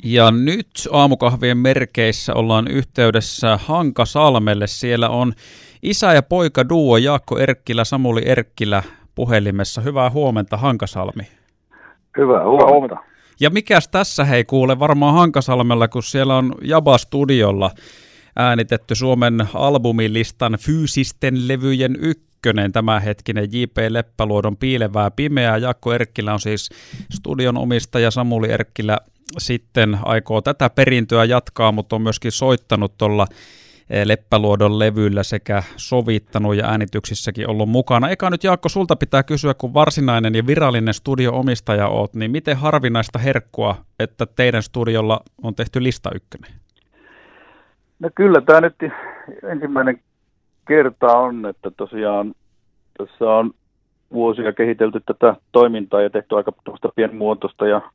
Ja nyt aamukahvien merkeissä ollaan yhteydessä Hankasalmelle. Siellä on isä ja poika duo Jaakko Erkkilä, Samuli Erkkilä puhelimessa. Hyvää huomenta, Hankasalmi. Hyvää huomenta. Ja mikäs tässä hei kuule varmaan Hankasalmella, kun siellä on Jaba-studiolla äänitetty Suomen albumilistan fyysisten levyjen ykkönen, tämänhetkinen J.P. Leppäluodon Piilevää pimeää. Jaakko Erkkilä on siis studion omistaja, Samuli Erkkilä sitten aikoo tätä perintöä jatkaa, mutta on myöskin soittanut tuolla Leppäluodon levyllä sekä sovittanut ja äänityksissäkin ollut mukana. Eka nyt Jaakko, sulta pitää kysyä, kun varsinainen ja virallinen studio-omistaja oot, niin miten harvinaista herkkua, että teidän studiolla on tehty lista ykkönen? No kyllä tämä nyt ensimmäinen kerta on, että tosiaan tässä on vuosia kehitelty tätä toimintaa ja tehty aika pienmuotoista ja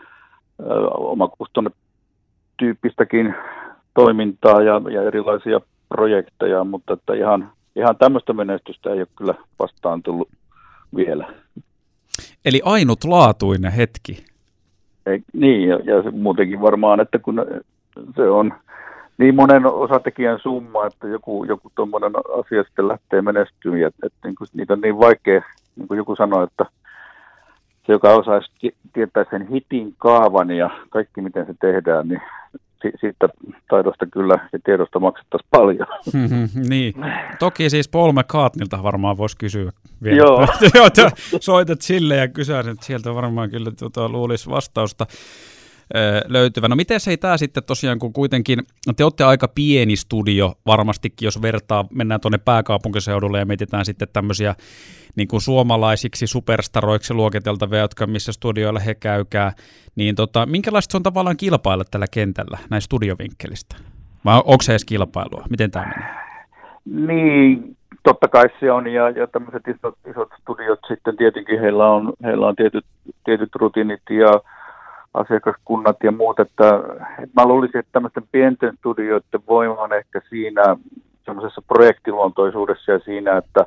omakustannetyyppistäkin toimintaa ja erilaisia projekteja, mutta että ihan tämmöistä menestystä ei ole kyllä vastaan tullut vielä. Eli ainutlaatuinen hetki. Niin, ja muutenkin varmaan, että kun se on niin monen osatekijän summa, että joku tuommoinen asia sitten lähtee menestyyn, ja että niin kuin, niitä on niin vaikea, niin kuin joku sanoi, että se, joka osaisi tietää sen hitin kaavan ja kaikki, miten se tehdään, niin siitä taidosta kyllä ja tiedosta maksettaisiin paljon. Niin. Toki siis Paul McCartneylta varmaan voisi kysyä vielä. Joo. Soitat sille ja kysyt, että sieltä varmaan kyllä luulisi vastausta löytyvän. No miten se ei tämä sitten tosiaan, kun kuitenkin te olette aika pieni studio varmastikin, jos mennään tuonne pääkaupunkiseudulle ja mietitään sitten tämmöisiä niin kuin suomalaisiksi superstaroiksi luokiteltavia, jotka missä studioilla he käykää, niin minkälaista se on tavallaan kilpailla tällä kentällä näin studiovinkkelistä? Vai onko se edes kilpailua? Miten tämä menee? Niin, totta kai se on, ja tämmöiset isot studiot sitten tietenkin heillä on tietyt rutiinit ja asiakaskunnat ja muut, että mä luulisin, että tämmöisten pienten studioiden voima on ehkä siinä semmoisessa projektiluontoisuudessa ja siinä, että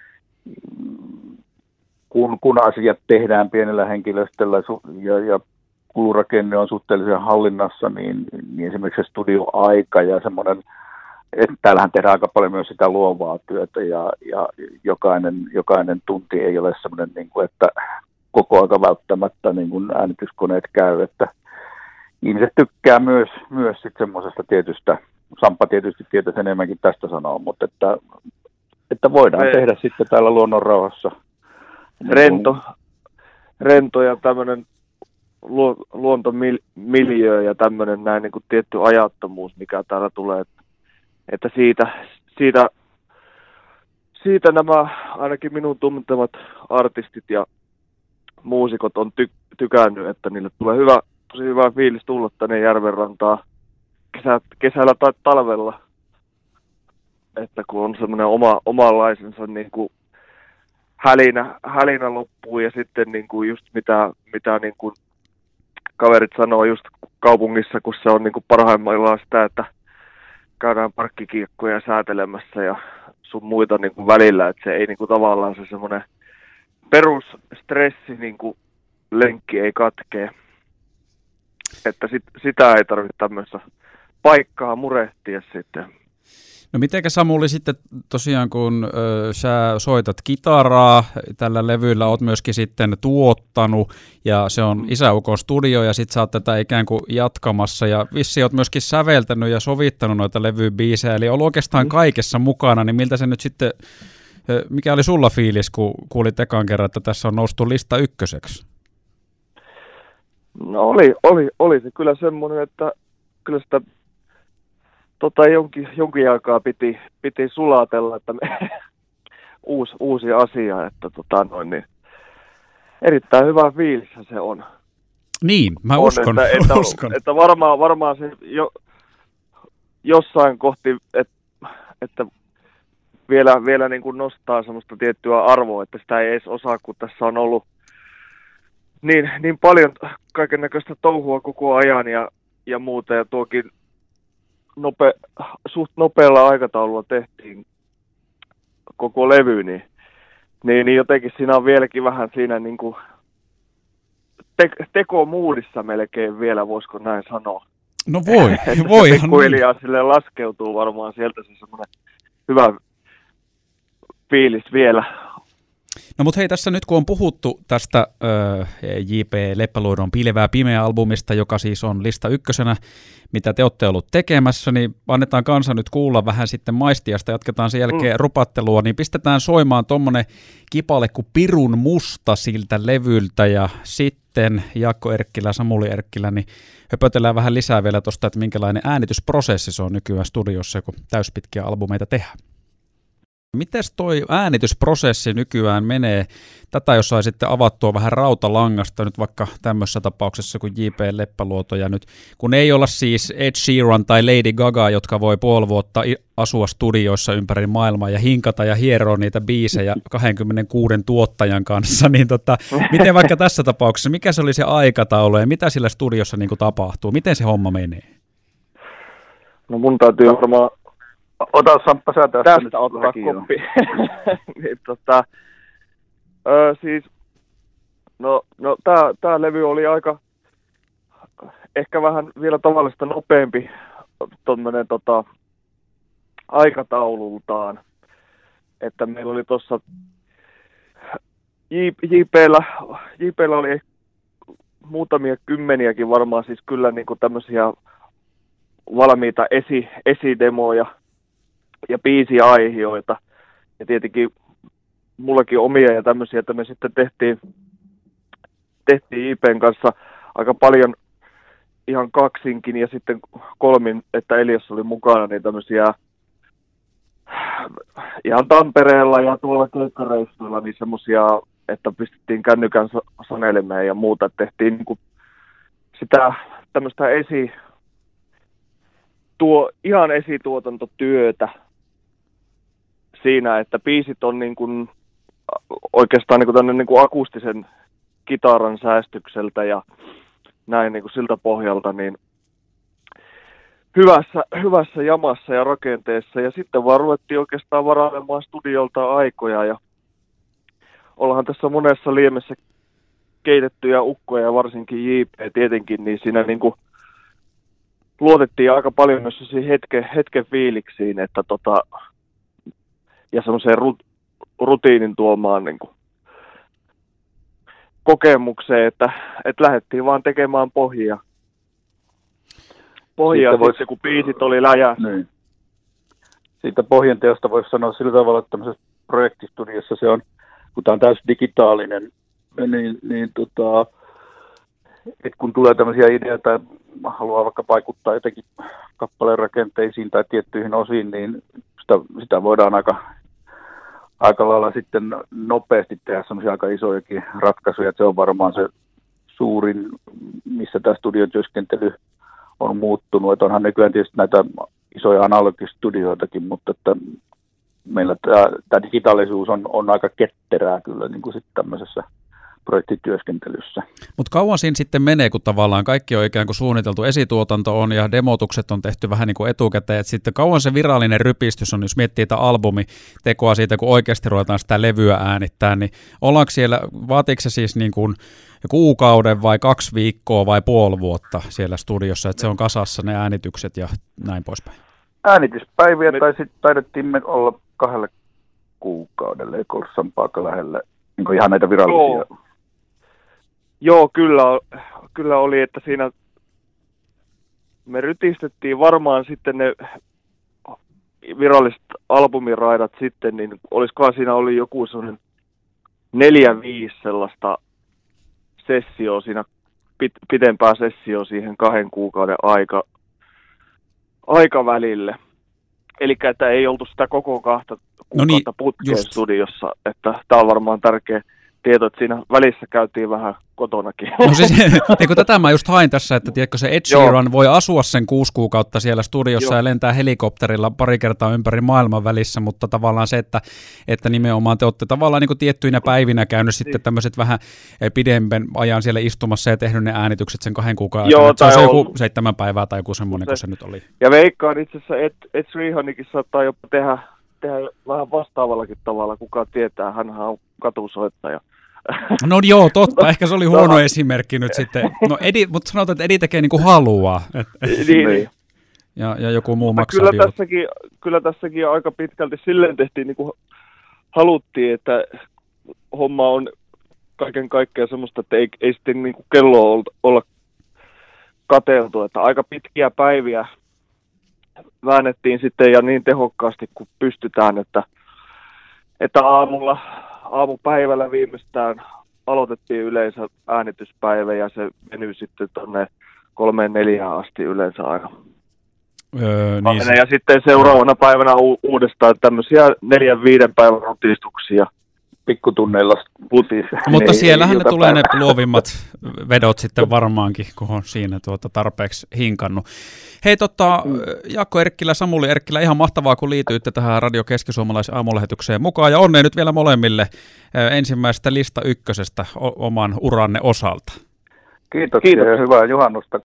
kun asiat tehdään pienellä henkilöstöllä ja kulurakenne on suhteellisen hallinnassa, niin esimerkiksi se studioaika ja semmoinen, että täällähän tehdään aika paljon myös sitä luovaa työtä ja jokainen tunti ei ole semmoinen, niin kuin, että koko aika välttämättä niin kuin äänityskoneet käy, että ihmiset tykkää myös sit semmoisesta tietystä, Sampa tietysti tietäisi enemmänkin tästä sanoa, mutta että voidaan tehdä sitten täällä luonnonrauhassa. Rento ja tämmöinen luontomiljöö ja tämmöinen näin niin kuin tietty ajattomuus, mikä täällä tulee, että siitä nämä ainakin minun tuntemat artistit ja muusikot on tykännyt, että niille tulee tosi hyvä fiilis tulla tänne järvenrantaan kesällä tai talvella, että kun on semmoinen omanlaisensa niin kuin hälinä loppuu ja sitten niin kuin just mitä niin kuin kaverit sanoo just kaupungissa, kun se on niin kuin parhaimmillaan sitä, että käydään parkkikiekkoja säätelemässä ja sun muita niin kuin välillä, että se ei niin kuin tavallaan se semmoinen perusstressi niin kuin lenkki ei katkee, että sitä ei tarvitse tämmöistä paikkaa murehtia sitten. No mitenkä Samuli sitten tosiaan, kun sä soitat kitaraa, tällä levyllä oot myöskin sitten tuottanut, ja se on isäukon studio, ja sit sä oot tätä ikään kuin jatkamassa, ja vissiin oot myöskin säveltänyt ja sovittanut noita levybiisejä, eli on oikeastaan kaikessa mukana, niin miltä se nyt sitten, mikä oli sulla fiilis, kun kuulit ekan kerran, että tässä on noustu lista ykköseksi? No oli se kyllä semmoinen, että kyllä sitä jonkin aikaa piti sulatella, että uusi asia, että niin erittäin hyvä fiilis se on. Niin, mä uskon. Että varmaan se jossain kohti, että vielä niin kuin nostaa semmoista tiettyä arvoa, että sitä ei edes osaa, kun tässä on ollut niin paljon kaikennäköistä touhua koko ajan ja muuta, ja tuokin suht nopealla aikataululla tehtiin koko levy, niin jotenkin siinä on vieläkin vähän siinä niin kuin tekomuudissa melkein vielä, voisiko näin sanoa. No voihan. Pikkuhiljaa sille laskeutuu varmaan sieltä se semmoinen hyvä fiilis vielä. No mutta hei, tässä nyt kun on puhuttu tästä J.P. Leppäluodon Piilevää pimeä-albumista, joka siis on lista ykkösenä, mitä te olette ollut tekemässä, niin annetaan kansa nyt kuulla vähän sitten maistiasta, jatketaan sen jälkeen rupattelua, niin pistetään soimaan tommonen kipale kuin Pirun musta siltä levyltä, ja sitten Jaakko Erkkilä, Samuli Erkkilä, niin höpötellään vähän lisää vielä tuosta, että minkälainen äänitysprosessi se on nykyään studiossa, kun täyspitkiä albumeita tehdään. Mites toi äänitysprosessi nykyään menee? Tätä jos sai sitten avattua vähän rautalangasta nyt vaikka tämmöisessä tapauksessa kuin J.P. Leppäluoto ja nyt, kun ei olla siis Ed Sheeran tai Lady Gaga, jotka voi puoli vuotta asua studioissa ympäri maailmaa ja hinkata ja hieroa niitä biisejä 26 tuottajan kanssa, niin miten vaikka tässä tapauksessa, mikä se oli se aikataulu ja mitä sillä studiossa niin kuin tapahtuu? Miten se homma menee? No mun täytyy varmaan Ota Samppa sä tästä ottaa koppi. Niin, siis, no tää levy oli aika, ehkä vähän vielä tavallista nopeampi tommonen aikataulultaan. Että meillä oli tossa JP:llä oli muutamia kymmeniäkin varmaan siis kyllä niinku tämmösiä valmiita esidemoja ja biisiaihioita. Ja tietenkin mullakin omia ja tämmöisiä, että me sitten tehtiin IPn kanssa aika paljon ihan kaksinkin ja sitten kolmin, että Elias oli mukana, niin tämmöisiä ihan Tampereella ja tuolla keikkareissuilla, niin semmoisia, että pistettiin kännykän sanelemeen ja muuta, että tehtiin niin kuin sitä tämmöistä ihan esituotantotyötä siinä, että biisit on niin kuin oikeastaan niin kuin niin kuin akustisen kitaran säästykseltä ja näin niin kuin siltä pohjalta niin hyvässä jamassa ja rakenteessa. Ja sitten vaan ruvettiin oikeastaan varailemaan studiolta aikoja ja ollaan tässä monessa liemessä keitettyjä ukkoja ja varsinkin JP tietenkin, niin siinä niin kuin luotettiin aika paljon myös hetken fiiliksiin, että ja semmoiseen rutiinin tuomaan niin kuin kokemukseen, että lähdettiin vaan tekemään pohjia sitten, kun biisit oli läjässä. Niin. Siitä pohjan teosta voisi sanoa sillä tavalla, että tämmöisessä projektistudiossa se on, kun tämä on täysin digitaalinen, niin että kun tulee tämmöisiä ideoita ja haluaa vaikka vaikuttaa jotenkin kappaleen rakenteisiin tai tiettyihin osiin, niin sitä voidaan aika lailla sitten nopeasti tehdä semmoisia aika isojakin ratkaisuja. Että se on varmaan se suurin, missä tämä studiotyöskentely on muuttunut. Että onhan nykyään tietysti näitä isoja analogistudioitakin, mutta että meillä tämä digitaalisuus on aika ketterää kyllä niin kuin sitten tämmöisessä projektityöskentelyssä. Mutta kauan siinä sitten menee, kun tavallaan kaikki on ikään kuin suunniteltu, esituotanto on ja demotukset on tehty vähän niin kuin etukäteen, että sitten kauan se virallinen rypistys on, jos miettii tätä albumitekoa siitä, kun oikeasti ruvetaan sitä levyä äänittää, niin ollaanko siellä, vaatiiko se siis niin kuin kuukauden vai 2 viikkoa vai puoli vuotta siellä studiossa, että se on kasassa ne äänitykset ja näin poispäin? Äänityspäiviä tai sitten taidettiin me olla 2 kuukaudelle, eikö ollut Sampaa lähellä, niin ihan näitä virallisia. Joo, kyllä oli, että siinä me rytistettiin varmaan sitten ne viralliset albumiraidat sitten, niin olisikohan siinä oli joku sellainen 4-5 sellaista sessioa siinä, pitempää sessioa siihen 2 kuukauden aikavälille. Eli että ei oltu sitä koko 2 kuukautta putkeen studiossa, että tämä on varmaan tärkeä tieto, että siinä välissä käytiin vähän kotonakin. No siis, kun tätä mä just hain tässä, että tiedätkö, se Ed Sheeran voi asua sen 6 kuukautta siellä studiossa ja lentää helikopterilla pari kertaa ympäri maailman välissä, mutta tavallaan se, että nimenomaan te olette tavallaan niin kuin tiettyinä päivinä käynyt sitten tämmöiset vähän pidemmän ajan siellä istumassa ja tehnyt ne äänitykset sen 2 kuukauden aikana. Se on se joku 7 päivää tai joku semmoinen, kun se nyt oli. Ja veikkaan itse asiassa, Ed Sheeranikin saattaa jopa tehdä vähän vastaavallakin tavalla, kuka tietää, hänhän on katusoittaja. No joo, totta. Ehkä se oli huono esimerkki nyt sitten. No mutta sanotaan, että Edi tekee niin kuin haluaa. Niin. Ja joku muu mutta maksaa kyllä tässäkin aika pitkälti silleen tehtiin, niin kuin haluttiin, että homma on kaiken kaikkiaan semmoista, että ei sitten niin kuin kelloa olla katseltu, että aika pitkiä päiviä väännettiin sitten ja niin tehokkaasti kuin pystytään, että aamupäivällä viimeistään aloitettiin yleensä äänityspäivä ja se venyi sitten tuonne 3-4 asti yleensä aina. Niin ja sitten seuraavana päivänä uudestaan tämmöisiä 4-5 päivän rutistuksia. Pikkutunneilla putis. Mutta siellähän ne tulee ne luovimmat vedot sitten varmaankin, kun on siinä tarpeeksi hinkannut. Hei Jaakko Erkkilä, Samuli Erkkilä, ihan mahtavaa, kun liityitte tähän Radio Keski-Suomalaisen aamulähetykseen mukaan, ja onnea nyt vielä molemmille ensimmäisestä lista ykkösestä oman uranne osalta. Kiitoksia ja hyvää juhannusta